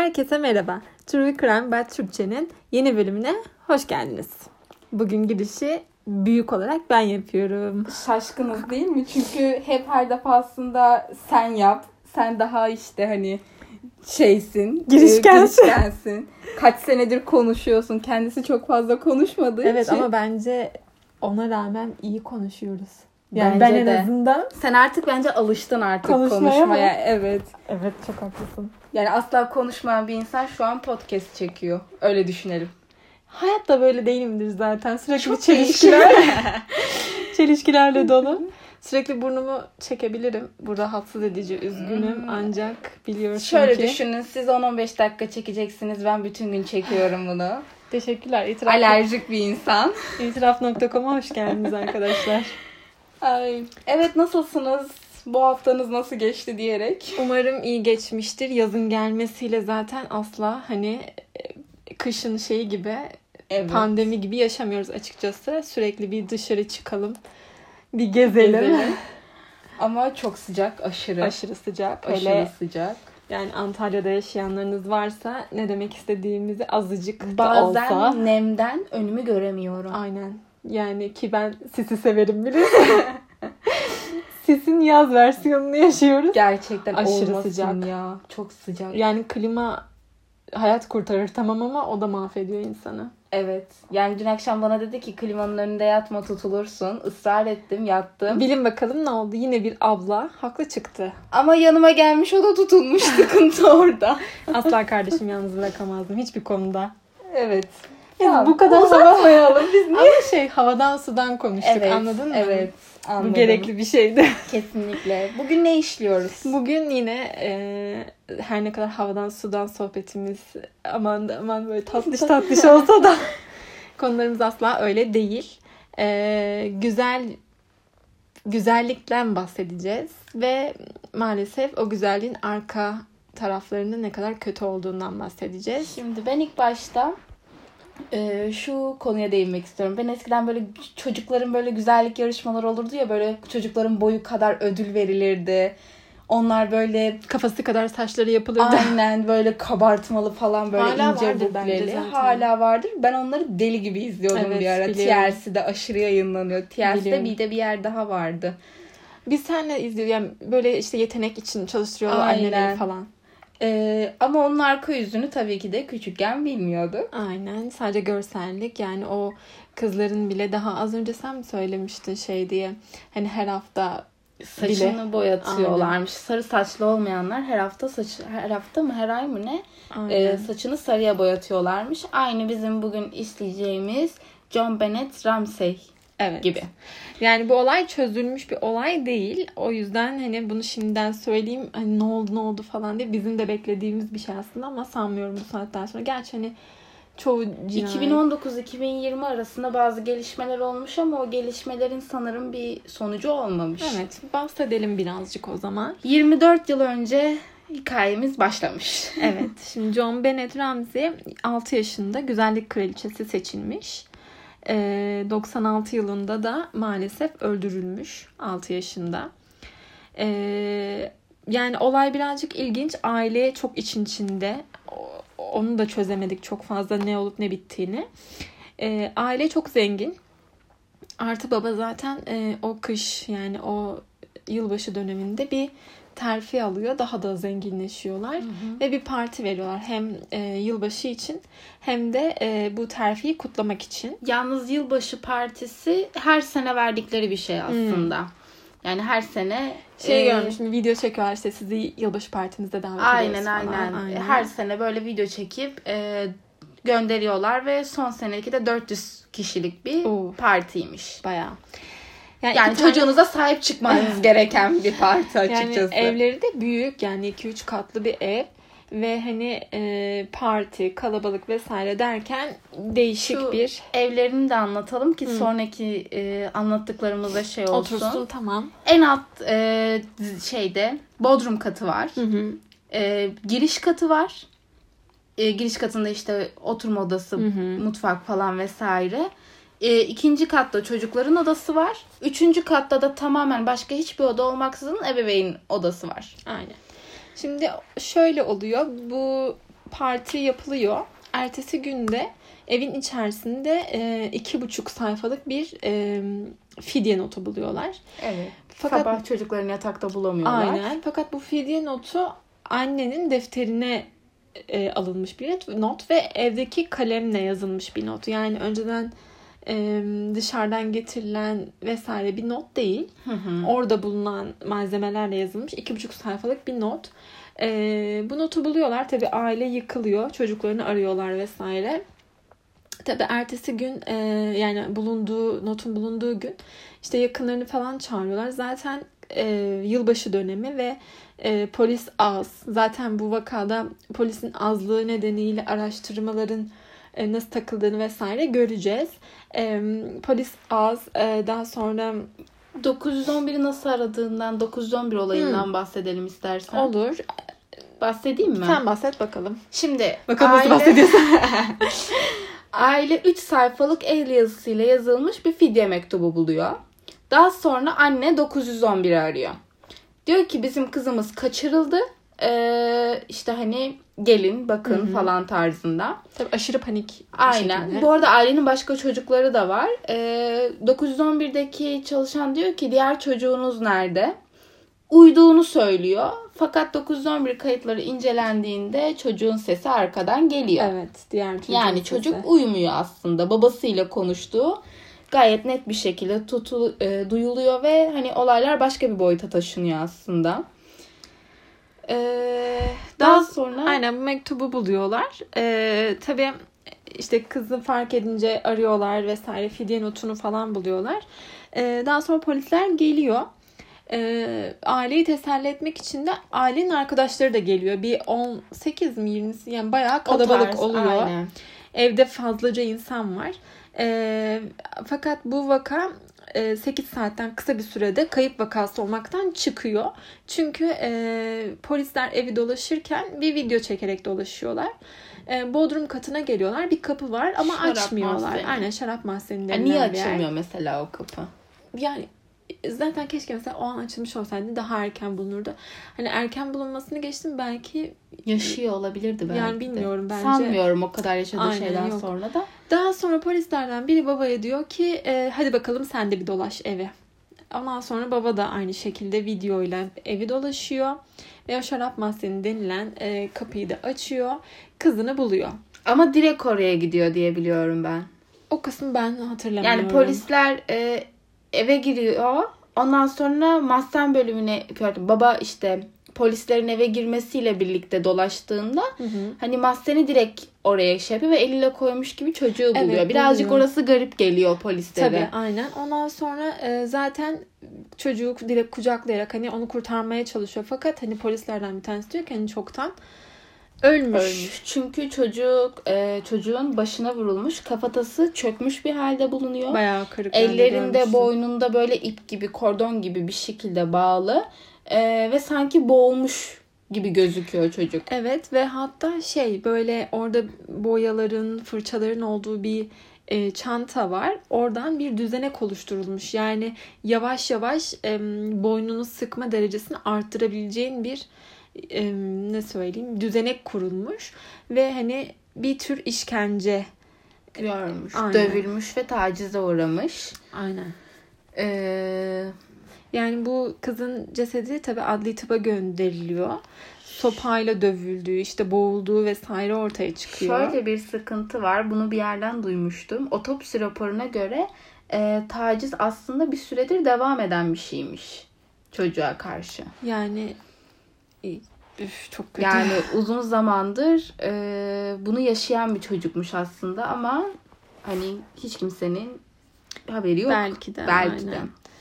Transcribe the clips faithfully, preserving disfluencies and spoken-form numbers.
Herkese merhaba. True Crime Bad Türkçe'nin yeni bölümüne hoş geldiniz. Bugün girişi büyük olarak ben yapıyorum. Şaşkınız değil mi? Çünkü hep her defasında sen yap. Sen daha işte hani şeysin. Girişkensin. girişkensin. Kaç senedir konuşuyorsun. Kendisi çok fazla konuşmadığı Evet için. ama bence ona rağmen iyi konuşuyoruz. Yani Bence ben en de. azından Sen artık bence alıştın artık konuşmaya. konuşmaya. Evet. Evet, çok haklısın. Yani asla konuşmayan bir insan şu an podcast çekiyor. Öyle düşünelim. Hayatta böyle değilimdir zaten. Sürekli Çok çelişkiler. çelişkilerle dolu. Sürekli burnumu çekebilirim. Bu rahatsız edici, üzgünüm. Hmm. Ancak biliyorsun Şöyle ki. düşünün. Siz on on beş dakika çekeceksiniz. Ben bütün gün çekiyorum bunu. Teşekkürler. İtiraf, Alerjik bir insan. itiraf nokta com'a hoş geldiniz arkadaşlar. Ay. Evet, nasılsınız? Bu haftanız nasıl geçti diyerek. Umarım iyi geçmiştir. Yazın gelmesiyle zaten asla hani e, kışın şeyi gibi Evet. pandemi gibi yaşamıyoruz açıkçası. Sürekli bir dışarı çıkalım. Bir gezelim. Gezelim. Ama çok sıcak, aşırı. Aşırı sıcak. Aşırı Hele sıcak. yani Antalya'da yaşayanlarınız varsa ne demek istediğimizi azıcık da Bazen olsa. nemden önümü göremiyorum. Aynen. Yani ki ben sisi severim biliyorsun. Sisin yaz versiyonunu yaşıyoruz. Gerçekten Aşırı olmasın sıcak. ya. Çok sıcak. Yani klima hayat kurtarır tamam ama o da mahvediyor insanı. Evet. Yani dün akşam bana dedi ki klimanın önünde yatma, tutulursun. Israr ettim, yattım. Bilin bakalım ne oldu? Yine bir abla haklı çıktı. Ama yanıma gelmiş, o da tutulmuş. Sıkıntı orada. Asla kardeşim yalnız bırakamazdım hiçbir konuda. Evet. Ya, bu kadar hava uzatmayalım biz. ama şey havadan sudan konuştuk Evet, anladın mı? Evet. Anladım. Bu gerekli bir şeydi. Kesinlikle. Bugün ne işliyoruz? Bugün yine e, her ne kadar havadan sudan sohbetimiz aman da aman böyle tatlış tatlış olsa da konularımız asla öyle değil. E, güzel güzellikten bahsedeceğiz ve maalesef o güzelliğin arka taraflarının ne kadar kötü olduğundan bahsedeceğiz. Şimdi ben ilk başta e, şu konuya değinmek istiyorum. Ben eskiden böyle çocukların böyle güzellik yarışmaları olurdu ya, böyle çocukların boyu kadar ödül verilirdi. Onlar böyle Kafası kadar saçları yapılırdı. aynen böyle kabartmalı falan, böyle Hala ince vardır bence bukleli. zaten. Hala vardır. Ben onları deli gibi izliyordum Evet, bir ara. biliyorum. T R C'de aşırı yayınlanıyor. T R C'de Biliyorum. bir de bir yer daha vardı. Biz seninle izliyoruz. Yani böyle işte yetenek için çalıştırıyorlar Aynen. anneleri falan. Ee, ama onun arka yüzünü tabii ki de küçükken bilmiyorduk. Aynen. Sadece görsellik. Yani o kızların bile daha az önce sen mi söylemiştin şey diye. Hani her hafta Saçını bile boyatıyorlarmış. Sarı saçlı olmayanlar her hafta saç her hafta mı her ay mı ne Aynen. Ee, saçını sarıya boyatıyorlarmış. Aynı bizim bugün işleyeceğimiz John Bennett Ramsey Evet. gibi. Yani bu olay çözülmüş bir olay değil. O yüzden hani bunu şimdiden söyleyeyim. Hani ne oldu ne oldu falan diye bizim de beklediğimiz bir şey aslında ama sanmıyorum bu saatten sonra. Gerçi hani çoğu cinayet. iki bin on dokuz iki bin yirmi arasında bazı gelişmeler olmuş ama o gelişmelerin sanırım bir sonucu olmamış. Evet. Bahsedelim birazcık o zaman. yirmi dört yıl önce hikayemiz başlamış. Evet. Şimdi John Bennett Ramsey altı yaşında güzellik kraliçesi seçilmiş. Ee, doksan altı yılında da maalesef öldürülmüş altı yaşında. Ee, yani olay birazcık ilginç. Aile çok için içinde. Onu da çözemedik çok fazla ne olup ne bittiğini. Ee, aile çok zengin. Artı baba zaten e, o kış yani o yılbaşı döneminde bir terfi alıyor. Daha da zenginleşiyorlar. Hı hı. Ve bir parti veriyorlar. Hem e, yılbaşı için hem de e, bu terfiyi kutlamak için. Yalnız yılbaşı partisi her sene verdikleri bir şey aslında. Hmm. Yani her sene şey e, görmüşüm. Video çekiyorlar işte sizi yılbaşı partimizde davet aynen, ediyoruz falan. Aynen aynen. Her sene böyle video çekip e, gönderiyorlar ve son seneki de dört yüz kişilik bir of, partiymiş. Bayağı. Yani, yani çocuğunuza tane sahip çıkmanız gereken bir parti açıkçası. Yani evleri de büyük yani iki üç katlı bir ev ve hani e, parti, kalabalık vesaire derken değişik şu bir evlerini de anlatalım ki Hı. sonraki e, anlattıklarımızda şey olsun. Otursun tamam. En alt e, şeyde bodrum katı var. Hı hı. E, giriş katı var. E, giriş katında işte oturma odası, hı hı. mutfak falan vesaire. E, ikinci katta çocukların odası var. Üçüncü katta da tamamen başka hiçbir oda olmaksızın ebeveyn odası var. Aynen. Şimdi şöyle oluyor. Bu parti yapılıyor. Ertesi günde evin içerisinde e, iki buçuk sayfalık bir e, fidye notu buluyorlar. Evet. Fakat, sabah çocukların yatakta bulamıyorlar. Aynen. Fakat bu fidye notu annenin defterine e, alınmış bir not ve evdeki kalemle yazılmış bir not. Yani önceden e, dışarıdan getirilen vesaire bir not değil. Hı hı. Orada bulunan malzemelerle yazılmış iki buçuk sayfalık bir not. E, bu notu buluyorlar. Tabii aile yıkılıyor. Çocuklarını arıyorlar vesaire. Tabii ertesi gün e, yani bulunduğu notun bulunduğu gün işte yakınlarını falan çağırıyorlar. Zaten e, yılbaşı dönemi ve e, polis az. Zaten bu vakada polisin azlığı nedeniyle araştırmaların e, nasıl takıldığını vesaire göreceğiz. E, polis az. E, daha sonra dokuz yüz on biri nasıl aradığından, dokuz yüz on bir olayından hmm. bahsedelim istersen. Olur. Bahsedeyim mi? Sen bahset bakalım. Şimdi bakalım aile... nasıl bahsediyorsun. Aile üç sayfalık el yazısıyla yazılmış bir fidye mektubu buluyor. Daha sonra anne dokuz yüz on biri arıyor. Diyor ki bizim kızımız kaçırıldı. Ee, işte hani gelin bakın Hı-hı. falan tarzında. Tabii aşırı panik. Aynen. Şekilde. Bu arada ailenin başka çocukları da var. Ee, dokuz yüz on birdeki çalışan diyor ki diğer çocuğunuz nerede? Uyduğunu söylüyor. Fakat dokuz yüz on bir kayıtları incelendiğinde çocuğun sesi arkadan geliyor. Evet. Diğer çocuğun Yani sesi. çocuk uyumuyor aslında. Babasıyla konuştuğu gayet net bir şekilde tutu, e, duyuluyor ve hani olaylar başka bir boyuta taşınıyor aslında. Ee, daha, daha sonra... Aynen bu mektubu buluyorlar. Ee, tabii işte kızı fark edince arıyorlar vesaire. Fidye notunu falan buluyorlar. Ee, daha sonra polisler geliyor. E, aileyi teselli etmek için de ailenin arkadaşları da geliyor. Bir on sekiz mi yirmisi yani bayağı kalabalık tarz, oluyor. Aynen. Evde fazlaca insan var. E, fakat bu vaka e, sekiz saatten kısa bir sürede kayıp vakası olmaktan çıkıyor. Çünkü e, polisler evi dolaşırken bir video çekerek dolaşıyorlar. E, Bodrum katına geliyorlar. Bir kapı var ama şarap açmıyorlar. Mahzeni. Aynen şarap mahzeni. Yani niye açılmıyor mesela o kapı? Yani zaten keşke mesela o an açılmış olsaydı daha erken bulunurdu. Hani erken bulunmasını geçtim belki yaşıyor olabilirdi belki. Yani bilmiyorum de. bence. Sanmıyorum o kadar yaşadığı Aynen, şeyden yok. sonra da. Daha sonra polislerden biri babaya diyor ki e, hadi bakalım sen de bir dolaş eve. Ondan sonra baba da aynı şekilde videoyla evi dolaşıyor. Ve o şarap mahzeni denilen e, kapıyı da açıyor. Kızını buluyor. Ama direkt oraya gidiyor diye biliyorum ben. O kısmı ben hatırlamıyorum. Yani polisler e, eve giriyor. Ondan sonra mahzen bölümüne baba işte polislerin eve girmesiyle birlikte dolaştığında hı hı. hani mahzeni direkt oraya şey yapıyor ve eliyle koymuş gibi çocuğu buluyor. Evet, birazcık buluyor. Orası garip geliyor polislere. Tabii aynen. Ondan sonra e, zaten çocuğu direkt kucaklayarak hani onu kurtarmaya çalışıyor. Fakat hani polislerden bir tanesi diyor ki hani çoktan ölmüş. Ölmüş. Çünkü çocuk e, çocuğun başına vurulmuş. Kafatası çökmüş bir halde bulunuyor. Bayağı kırık. Ellerinde, boynunda böyle ip gibi, kordon gibi bir şekilde bağlı. E, ve sanki boğulmuş gibi gözüküyor çocuk. Evet ve hatta şey böyle orada boyaların, fırçaların olduğu bir e, çanta var. Oradan bir düzenek oluşturulmuş. Yani yavaş yavaş e, boynunu sıkma derecesini arttırabileceğin bir e, ne söyleyeyim düzenek kurulmuş ve hani bir tür işkence görmüş, aynen. Dövülmüş ve tacize uğramış. Aynen. Ee, yani bu kızın cesedi tabii adli tıba gönderiliyor. Sopayla dövüldüğü, işte boğulduğu vesaire ortaya çıkıyor. Şöyle bir sıkıntı var. Bunu bir yerden duymuştum. Otopsi raporuna göre e, taciz aslında bir süredir devam eden bir şeymiş çocuğa karşı. Yani üf, çok kötü. Yani uzun zamandır e, bunu yaşayan bir çocukmuş aslında ama hani hiç kimsenin haberi yok. Belki de. Belki aynen. de.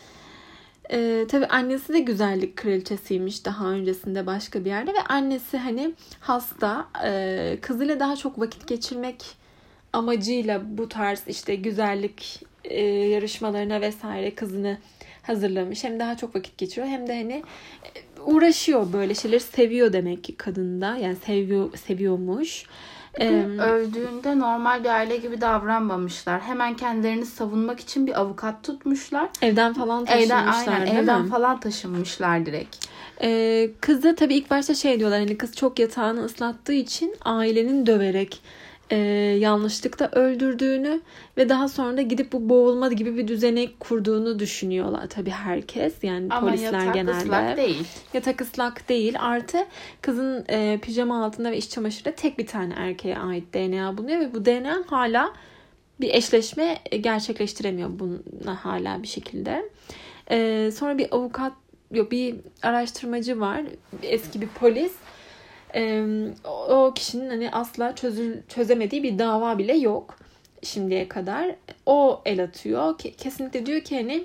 Ee, tabii annesi de güzellik kraliçesiymiş daha öncesinde başka bir yerde ve annesi hani hasta, e, kızıyla daha çok vakit geçirmek amacıyla bu tarz işte güzellik e, yarışmalarına vesaire kızını hazırlamış. Hem daha çok vakit geçiriyor hem de hani uğraşıyor, böyle şeyleri seviyor demek ki kadında, yani seviyor seviyormuş. Ee, öldüğünde normal bir aile gibi davranmamışlar. Hemen kendilerini savunmak için bir avukat tutmuşlar. Evden falan taşınmışlar. Evden, aynen, evden mi? falan taşınmışlar direkt. Ee, kızı tabii ilk başta şey diyorlar, hani kız çok yatağını ıslattığı için ailenin döverek e, yanlışlıkla öldürdüğünü ve daha sonra da gidip bu boğulma gibi bir düzenek kurduğunu düşünüyorlar tabii herkes. Yani ama polisler yatak genelde. ıslak değil. Yatak ıslak değil. Artı kızın e, pijama altında ve iç çamaşırda tek bir tane erkeğe ait D N A bulunuyor ve bu D N A hala bir eşleşme gerçekleştiremiyor bununla hala bir şekilde. E, sonra bir avukat, yok bir araştırmacı var, eski bir polis. Ee, o kişinin hani asla çözül, çözemediği bir dava bile yok şimdiye kadar. O el atıyor. Kesinlikle diyor ki hani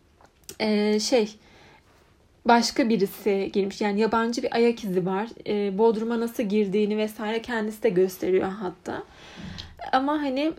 e, şey başka birisi girmiş. Yani yabancı bir ayak izi var. E, Bodrum'a nasıl girdiğini vesaire kendisi de gösteriyor hatta. Ama hani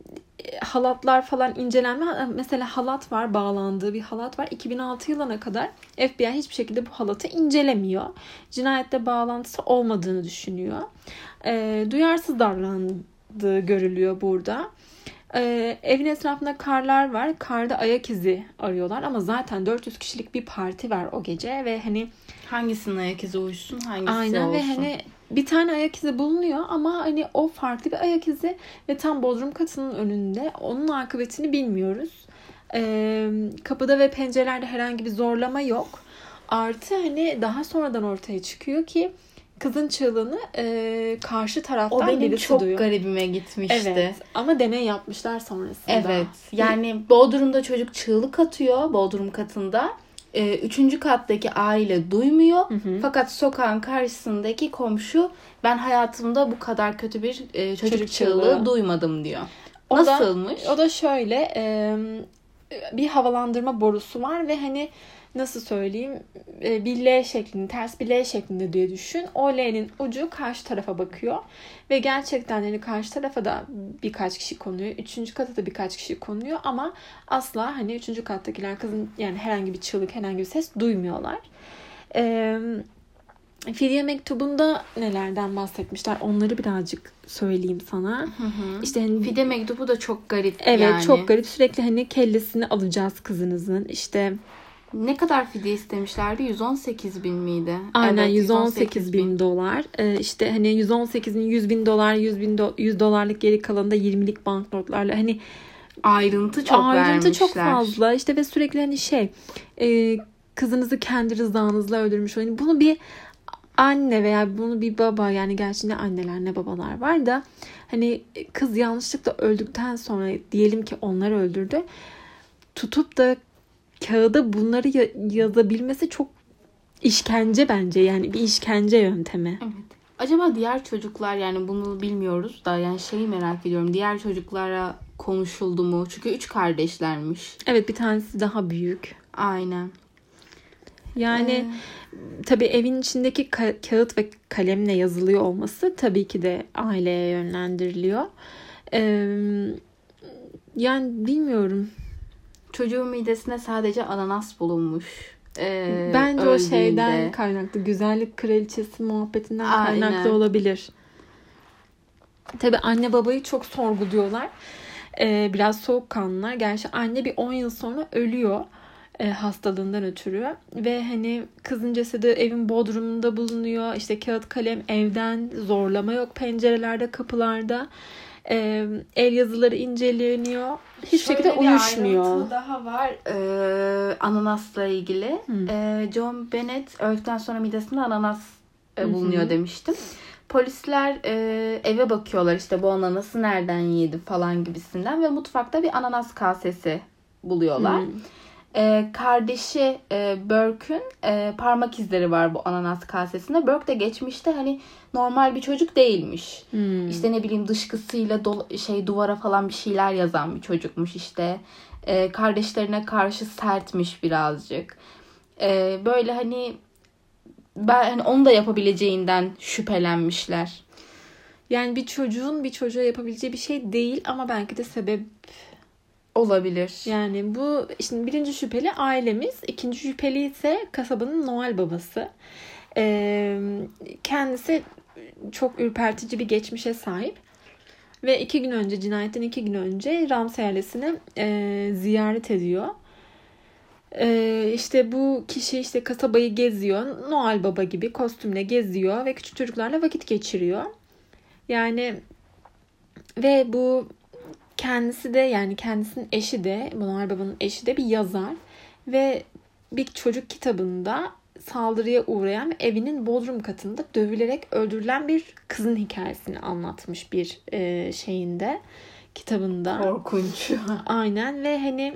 halatlar falan incelenme. Mesela halat var, bağlandığı bir halat var. iki bin altı yılına kadar F B I hiçbir şekilde bu halatı incelemiyor. Cinayette bağlantısı olmadığını düşünüyor. E, duyarsız davrandığı görülüyor burada. E, evin etrafında karlar var. Karda ayak izi arıyorlar ama zaten dört yüz kişilik bir parti var o gece ve hani hangisinin ayak izi uyuşsun, hangisi aynen olsun. Ve hani bir tane ayak izi bulunuyor ama hani o farklı bir ayak izi ve tam bodrum katının önünde. Onun akıbetini bilmiyoruz. Ee, kapıda ve pencerelerde herhangi bir zorlama yok. Artı hani daha sonradan ortaya çıkıyor ki kızın çığlığını e, karşı taraftan birisi duyuyor. O benim çok duyuyor. garibime gitmişti. Evet ama deney yapmışlar sonrasında. Evet yani Bodrum'da çocuk çığlık atıyor Bodrum katında. Ee, üçüncü kattaki aile duymuyor. Hı hı. Fakat sokağın karşısındaki komşu ben hayatımda bu kadar kötü bir e, çocuk, çocuk çığlığı, çığlığı duymadım diyor. O Nasılmış? Da, o da şöyle e, bir havalandırma borusu var ve hani nasıl söyleyeyim e, bir L şeklinde, ters bir L şeklinde diye düşün. O L'nin ucu karşı tarafa bakıyor ve gerçekten hani karşı tarafa da birkaç kişi konuyor. Üçüncü kata da birkaç kişi konuyor ama asla hani üçüncü kattakiler kızın yani herhangi bir çığlık, herhangi bir ses duymuyorlar. Eee Fidye mektubunda nelerden bahsetmişler? Onları birazcık söyleyeyim sana. Hı hı. İşte hani, Fidye mektubu da çok garip evet, yani. Evet çok garip. Sürekli hani kellesini alacağız kızınızın. İşte ne kadar fidye istemişlerdi? yüz on sekiz bin miydi? Aynen evet, yüz on sekiz bin dolar. Ee, işte hani yüz on sekizin yüz bin dolar, yüz bin do- yüz dolarlık geri kalanı da yirmilik banknotlarla hani ayrıntı çok ayrıntı vermişler. Ayrıntı çok fazla. İşte ve sürekli hani şey e, kızınızı kendi rızanızla öldürmüş. Yani bunu bir anne veya bunu bir baba, yani gerçi ne anneler ne babalar var da hani kız yanlışlıkla öldükten sonra diyelim ki onlar öldürdü, tutup da kağıda bunları yazabilmesi çok işkence bence, yani bir işkence yöntemi. Evet. Acaba diğer çocuklar, yani bunu bilmiyoruz da yani şeyi merak ediyorum, diğer çocuklara konuşuldu mu? Çünkü üç kardeşlermiş. Evet, bir tanesi daha büyük. Aynen. Yani ee... tabii evin içindeki ka- kağıt ve kalemle yazılıyor olması tabii ki de aileye yönlendiriliyor. Ee, yani bilmiyorum. Çocuğun midesine sadece ananas bulunmuş. Ee, Bence öldüğünde. O şeyden kaynaklı. Güzellik kraliçesi muhabbetinden Aynen. kaynaklı olabilir. Tabii anne babayı çok sorguluyorlar. Ee, biraz soğukkanlılar. Gerçi anne bir on yıl sonra ölüyor. Hastalığından ötürü ve hani kızın cesedi evin bodrumunda bulunuyor. İşte kağıt kalem evden, zorlama yok pencerelerde, kapılarda. Ee, el yazıları inceleniyor. Hiç Şöyle şekilde uyuşmuyor. Şöyle bir ayrıntı daha var ee, ananasla ilgili. Ee, John Bennett öldükten sonra midesinde ananas e, bulunuyor Hı-hı. demiştim. Polisler e, eve bakıyorlar, işte bu ananası nereden yedi falan gibisinden ve mutfakta bir ananas kasesi buluyorlar. Hı. Ee, kardeşi e, Burke'ün e, parmak izleri var bu ananas kasesinde. Burke de geçmişte hani normal bir çocuk değilmiş. Hmm. İşte ne bileyim dışkısıyla do- şey duvara falan bir şeyler yazan bir çocukmuş işte. Ee, kardeşlerine karşı sertmiş birazcık. Ee, böyle hani ben hani onu da yapabileceğinden şüphelenmişler. Yani bir çocuğun bir çocuğa yapabileceği bir şey değil ama belki de sebep olabilir. Yani bu şimdi birinci şüpheli ailemiz, ikinci şüpheli ise kasabanın Noel babası. Ee, kendisi çok ürpertici bir geçmişe sahip ve iki gün önce, cinayetten iki gün önce Ramsey ailesini e, ziyaret ediyor. Ee, işte bu kişi işte kasabayı geziyor. Noel Baba gibi kostümle geziyor ve küçük çocuklarla vakit geçiriyor. Yani ve bu kendisi de yani kendisinin eşi de Noel Baba'nın eşi de bir yazar ve bir çocuk kitabında saldırıya uğrayan ve evinin bodrum katında dövülerek öldürülen bir kızın hikayesini anlatmış bir e, şeyinde kitabında. Korkunç. Aynen ve hani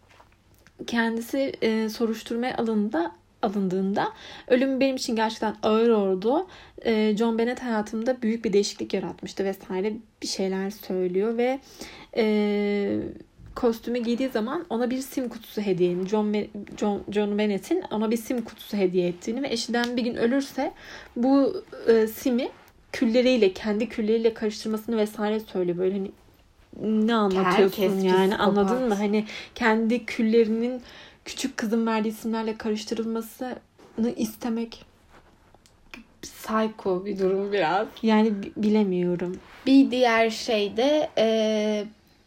kendisi e, soruşturmaya alındığında, alındığında ölüm benim için gerçekten ağır oldu. E, John Bennett hayatımda büyük bir değişiklik yaratmıştı vesaire bir şeyler söylüyor ve e, kostümü giydiği zaman ona bir sim kutusu hediye John, John, John Bennett'in ona bir sim kutusu hediye ettiğini ve eşinden bir gün ölürse bu e, simi külleriyle kendi külleriyle karıştırmasını vesaire söylüyor. Böyle hani ne anlatıyorsun Herkes yani psikopat. Anladın mı? Hani kendi küllerinin küçük kızın verdiği isimlerle karıştırılmasını istemek Psycho bir durum biraz. Yani bilemiyorum. Bir diğer şey de e,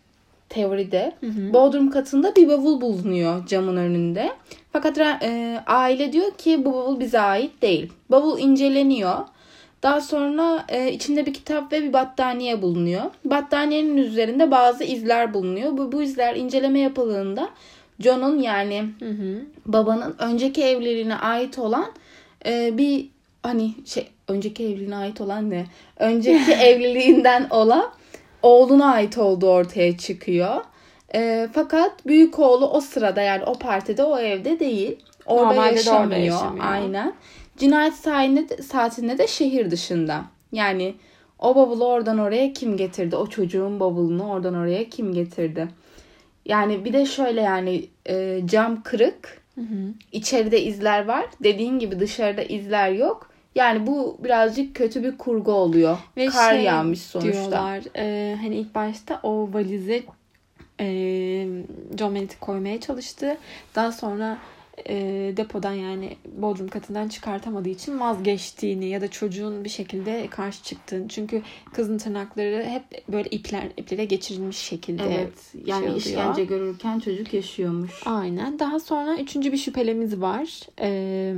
teoride Hı hı. bodrum katında bir bavul bulunuyor camın önünde. Fakat e, aile diyor ki bu bavul bize ait değil. Bavul inceleniyor. Daha sonra e, içinde bir kitap ve bir battaniye bulunuyor. Battaniyenin üzerinde bazı izler bulunuyor. Bu, bu izler inceleme yapıldığında John'un yani Hı hı. babanın önceki evliliğine ait olan e, bir hani şey önceki evliliğine ait olan ne? Önceki evliliğinden olan oğluna ait olduğu ortaya çıkıyor. E, fakat büyük oğlu o sırada yani o partide o evde değil. Orada Normalde de yaşamıyor. orada yaşamıyor. Aynen. Cinayet saatinde, saatinde de şehir dışında. Yani o bavulu oradan oraya kim getirdi? O çocuğun bavulunu oradan oraya kim getirdi? Yani bir de şöyle yani e, cam kırık. Hı hı. İçeride izler var. Dediğin gibi dışarıda izler yok. Yani bu birazcık kötü bir kurgu oluyor. Ve Kar şey yağmış sonuçta. Diyorlar, e, hani ilk başta o valize e, John Bennett'i koymaya çalıştı. Daha sonra e, depodan yani bodrum katından çıkartamadığı için vazgeçtiğini ya da çocuğun bir şekilde karşı çıktığını. Çünkü kızın tırnakları hep böyle ipler iplere geçirilmiş şekilde. Evet. Yani şey işkence oluyor. görürken çocuk yaşıyormuş. Aynen. Daha sonra üçüncü bir şüphelimiz var. Ee,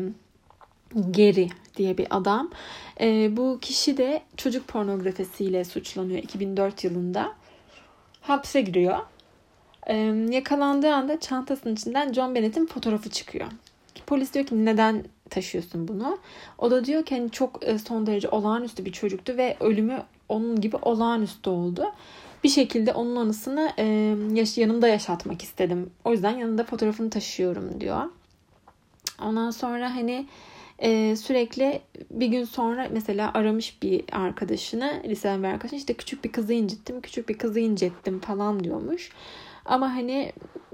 Gary diye bir adam. Ee, bu kişi de çocuk pornografisiyle suçlanıyor iki bin dört yılında. Hapse giriyor. Ee, yakalandığı anda çantasının içinden John Bennett'in fotoğrafı çıkıyor. Polis diyor ki neden taşıyorsun bunu? O da diyor ki hani çok son derece olağanüstü bir çocuktu ve ölümü onun gibi olağanüstü oldu. Bir şekilde onun anısını e, yaş- yanımda yaşatmak istedim. O yüzden yanında fotoğrafını taşıyorum diyor. Ondan sonra hani e, sürekli bir gün sonra mesela aramış bir arkadaşını, liseden bir arkadaşını, işte küçük bir kızı incittim, küçük bir kızı incittim falan diyormuş. Ama hani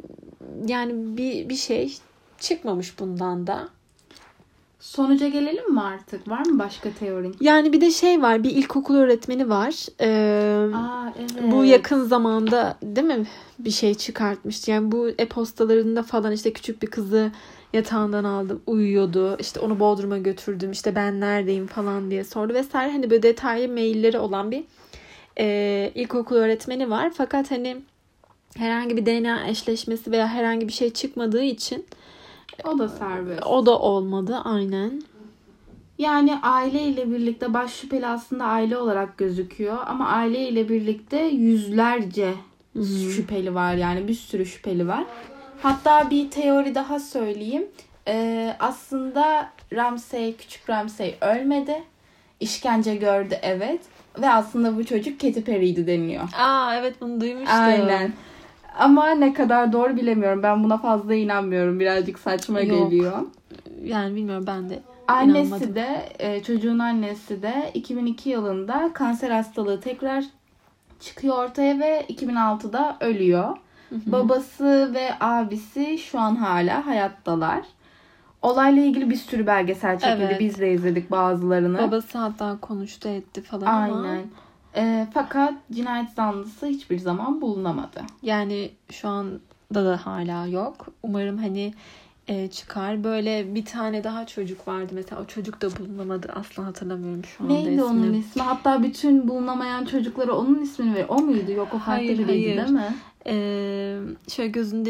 yani bir, bir şey çıkmamış bundan da. Sonuca gelelim mi artık? Var mı başka teorin? Yani bir de şey var, bir ilkokul öğretmeni var. Ee, Aa, evet. Bu yakın zamanda değil mi bir şey çıkartmıştı. Yani bu e-postalarında falan işte küçük bir kızı yatağından aldım, uyuyordu. İşte onu Bodrum'a götürdüm. İşte ben neredeyim falan diye sordu vesaire. Hani böyle detaylı mailleri olan bir e, ilkokul öğretmeni var. Fakat hani herhangi bir D N A eşleşmesi veya herhangi bir şey çıkmadığı için O da serbest. o da olmadı aynen. Yani aileyle birlikte baş şüpheli aslında aile olarak gözüküyor. Ama aileyle birlikte yüzlerce Hı-hı. şüpheli var. Yani bir sürü şüpheli var. Hatta bir teori daha söyleyeyim. Ee, aslında Ramsey, küçük Ramsey ölmedi. İşkence gördü evet. Ve aslında bu çocuk Katy Perry'ydi deniyor. Aa evet, bunu duymuştum. Aynen. Ama ne kadar doğru bilemiyorum. Ben buna fazla inanmıyorum. Birazcık saçma Yok. geliyor. Yani bilmiyorum, ben de Annesi inanmadım. de çocuğun annesi de iki bin iki yılında kanser hastalığı tekrar çıkıyor ortaya ve iki bin altıda ölüyor. Hı hı. Babası ve abisi şu an hala hayattalar. Olayla ilgili bir sürü belgesel çekildi. Evet. Biz de izledik bazılarını. Babası hatta konuştu etti falan ama Aynen. E, fakat cinayet zanlısı hiçbir zaman bulunamadı. yani şu anda da hala yok. Umarım hani e, çıkar. Böyle bir tane daha çocuk vardı mesela, o çocuk da bulunamadı. Asla hatırlamıyorum şu anda Neydi ismini. onun ismi? Hatta bütün bulunamayan çocuklara onun ismini ver. O muydu? Yok, o farklı Hayır, biriydi hayır. değil mi? Ee, şöyle gözünde bir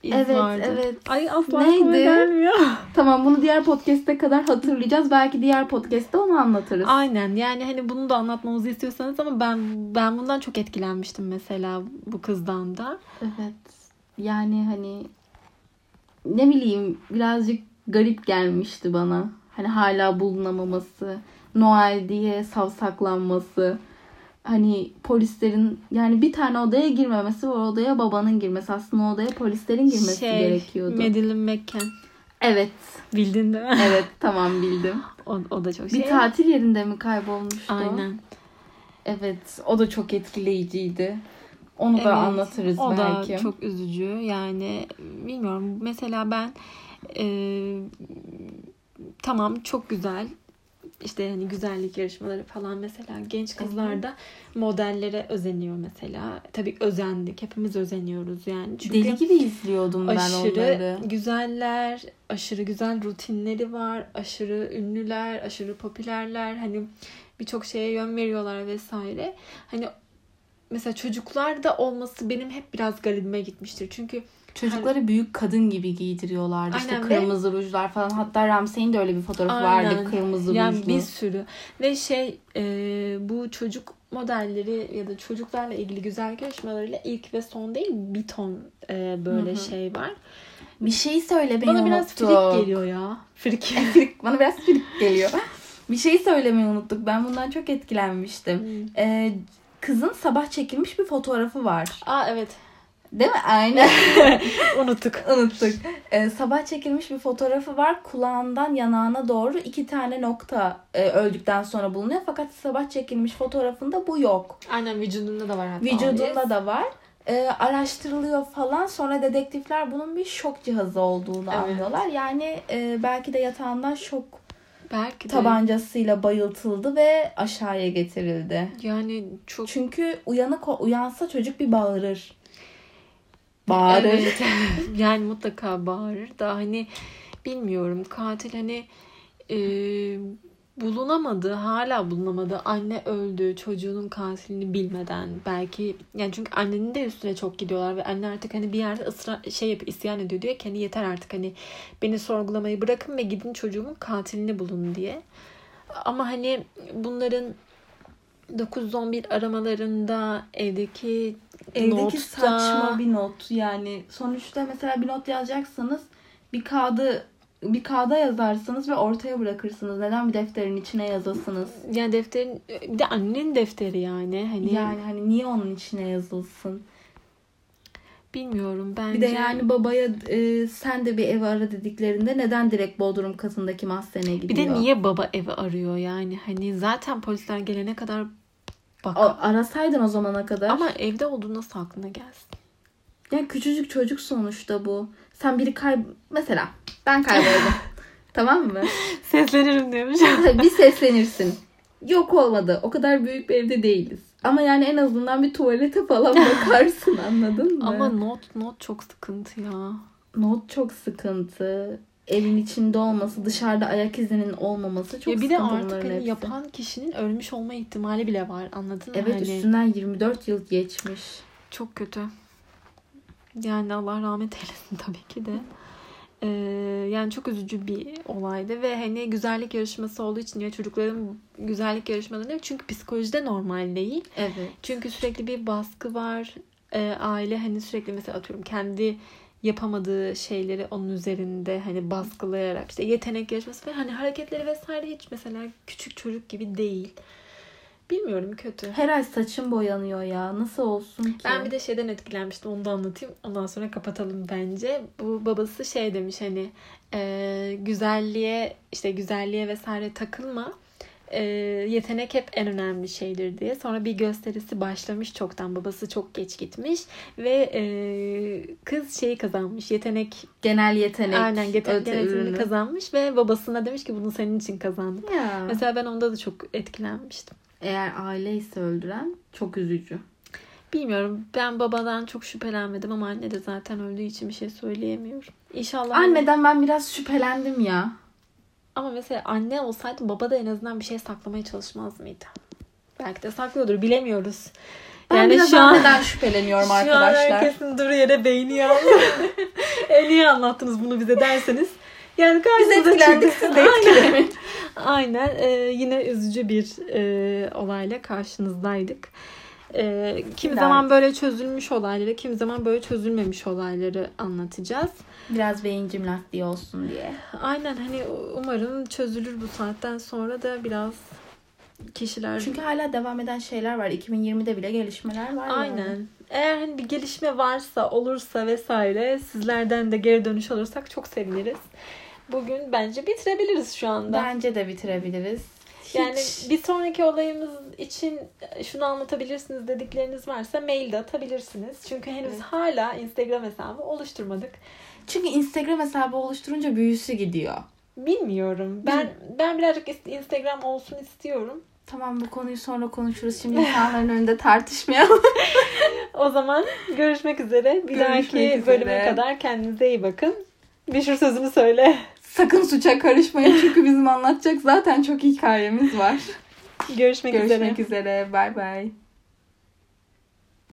iz evet, vardı. Evet. Ay asla aklıma gelmiyor. Tamam, bunu diğer podcast'e kadar hatırlayacağız. Belki diğer podcast'te onu anlatırız. Aynen. Yani hani bunu da anlatmamızı istiyorsanız ama ben ben bundan çok etkilenmiştim mesela bu kızdan da. Evet. Yani hani ne bileyim birazcık garip gelmişti bana. Hani hala bulunamaması, Noel diye savsaklanması. Hani polislerin yani bir tane odaya girmemesi ve odaya babanın girmesi. Aslında o odaya polislerin girmesi şey, gerekiyordu. Madeleine McCann. Evet. Bildin değil mi? Evet, tamam bildim. o, o da çok şey. Bir tatil yerinde mi kaybolmuştu? Aynen. Evet, o da çok etkileyiciydi. Onu evet, da anlatırız o belki. O da çok üzücü. Yani bilmiyorum. Mesela ben e, tamam çok güzel. İşte hani güzellik yarışmaları falan mesela genç kızlar da modellere özeniyor mesela. Tabii özendik. Hepimiz özeniyoruz yani. Çünkü deli gibi izliyordum ben aşırı onları. Aşırı güzeller, aşırı güzel rutinleri var, aşırı ünlüler, aşırı popülerler. Hani birçok şeye yön veriyorlar vesaire. Hani mesela çocuklar da olması benim hep biraz garibime gitmiştir. Çünkü çocukları hani büyük kadın gibi giydiriyorlardı. Aynen, işte kırmızı ve rujlar falan. Hatta Ramsey'in de öyle bir fotoğrafı aynen. vardı. Kırmızı yani rujlu. Bir sürü. Ve şey e, bu çocuk modelleri ya da çocuklarla ilgili güzellik yarışmalarıyla ilk ve son değil bir ton e, böyle Hı-hı. şey var. Bir şey söylemeyi Bana unuttuk. biraz frik geliyor ya. Frik. Bana biraz frik geliyor. Bir şey söylemeyi unuttuk. Ben bundan çok etkilenmiştim. Hmm. Ee, kızın sabah çekilmiş bir fotoğrafı var. Aa evet. Değil mi? Aynen. Unuttuk. Unuttuk. Ee, sabah çekilmiş bir fotoğrafı var. Kulağından yanağına doğru iki tane nokta e, öldükten sonra bulunuyor. Fakat sabah çekilmiş fotoğrafında bu yok. Aynen, vücudunda da var hatta. Vücudunda da var. Ee, araştırılıyor falan. Sonra dedektifler bunun bir şok cihazı olduğunu evet. anlıyorlar. Yani e, belki de yatağından şok belki de. tabancasıyla bayıltıldı ve aşağıya getirildi. Yani çok... Çünkü uyanık uyansa çocuk bir bağırır. Bağırır. Evet. Yani mutlaka bağırır da hani bilmiyorum, katil hani e, bulunamadı, hala bulunamadı. Anne öldü, çocuğunun katilini bilmeden belki, yani çünkü annenin de üstüne çok gidiyorlar ve anne artık hani bir yerde ısrar şey yapıp isyan ediyor, diyor ki hani yeter artık, hani beni sorgulamayı bırakın ve gidin çocuğumun katilini bulun diye. Ama hani bunların dokuz on bir aramalarında evdeki Evdeki notta... saçma bir not. Yani sonuçta mesela bir not yazacaksanız bir kağıdı bir kağıda yazarsınız ve ortaya bırakırsınız. Neden bir defterin içine yazasınız? Yani defterin, bir de annenin defteri yani. Hani yani hani niye onun içine yazılsın? Bilmiyorum bence. Bir de yani babaya e, sen de bir ev ara dediklerinde neden direkt Bodrum katındaki mahzene gidiyor? Bir de niye baba evi arıyor yani? Hani zaten polisler gelene kadar bak. A- arasaydın o zamana kadar. Ama evde olduğu nasıl aklına gelsin? Yani küçücük çocuk sonuçta bu. Sen biri kay... Mesela ben kayboldum. Tamam mı? Seslenirim demiş. Bir seslenirsin. Yok olmadı. O kadar büyük bir evde değiliz. Ama yani en azından bir tuvalete falan bakarsın, anladın mı? Ama not not çok sıkıntı ya. Not çok sıkıntı. Evin içinde olması, dışarıda ayak izinin olmaması çok ya bir sıkıntı. Bir de artık hani yapan kişinin ölmüş olma ihtimali bile var, anladın mı? Evet, hani... üstünden yirmi dört yıl geçmiş. Çok kötü. Yani Allah rahmet eylesin tabii ki de. Ee, yani çok üzücü bir olaydı ve hani güzellik yarışması olduğu için ya çocukların güzellik yarışmaları, çünkü psikolojide normal değil. Evet. Çünkü sürekli bir baskı var. Ee, aile hani sürekli mesela atıyorum kendi yapamadığı şeyleri onun üzerinde hani baskılayarak, işte yetenek yarışması ve hani hareketleri vesaire hiç mesela küçük çocuk gibi değil. Bilmiyorum, kötü. Her ay saçım boyanıyor ya. Nasıl olsun ki? Ben bir de şeyden etkilenmiştim. Onu da anlatayım. Ondan sonra kapatalım bence. Bu babası şey demiş hani e, güzelliğe işte güzelliğe vesaire takılma. E, yetenek hep en önemli şeydir diye. Sonra bir gösterisi başlamış çoktan. Babası çok geç gitmiş. Ve e, kız şeyi kazanmış. Yetenek. Genel yetenek. Aynen yetenek genel kazanmış. Ve babasına demiş ki bunu senin için kazandım. Ya. Mesela ben onda da çok etkilenmiştim. Eğer aile ise öldüren çok üzücü. Bilmiyorum. Ben babadan çok şüphelenmedim ama anne de zaten öldüğü için bir şey söyleyemiyorum. İnşallah. Anneden anne... ben biraz şüphelendim ya. Ama mesela anne olsaydı baba da en azından bir şey saklamaya çalışmaz mıydı? Belki de saklıyordur. Bilemiyoruz. Ben Yani biraz şu an neden şüpheleniyorum şu an arkadaşlar. herkesin dur yere beyni yandı. E niye anlattınız bunu bize derseniz. Yani Biz etkilendik, siz de etkilenin. Aynen. Ee, yine üzücü bir e, olayla karşınızdaydık. Ee, kimi Evet. zaman böyle çözülmüş olayları, kimi zaman böyle çözülmemiş olayları anlatacağız. Biraz beyin jimnastiği olsun diye. Aynen, hani umarım çözülür bu saatten sonra da biraz kişiler... Çünkü hala devam eden şeyler var. iki bin yirmide bile gelişmeler var. Aynen. Yani. Eğer hani bir gelişme varsa, olursa vesaire sizlerden de geri dönüş alırsak çok seviniriz. Bugün bence bitirebiliriz şu anda. Bence de bitirebiliriz. Hiç... Yani bir sonraki olayımız için şunu anlatabilirsiniz dedikleriniz varsa mail de atabilirsiniz. Çünkü henüz evet. hala Instagram hesabı oluşturmadık. Çünkü Instagram hesabı oluşturunca büyüsü gidiyor. Bilmiyorum. Ben ben birazcık Instagram olsun istiyorum. Tamam, bu konuyu sonra konuşuruz. Şimdi insanların önünde tartışmayalım. O zaman görüşmek üzere. Bir görüşmek dahaki üzere. Bölüme kadar kendinize iyi bakın. Meşhur sözünü söyle. Sakın suça karışmayın çünkü bizim anlatacak zaten çok hikayemiz var. Görüşmek, Görüşmek üzere. Görüşmek üzere. Bay bay.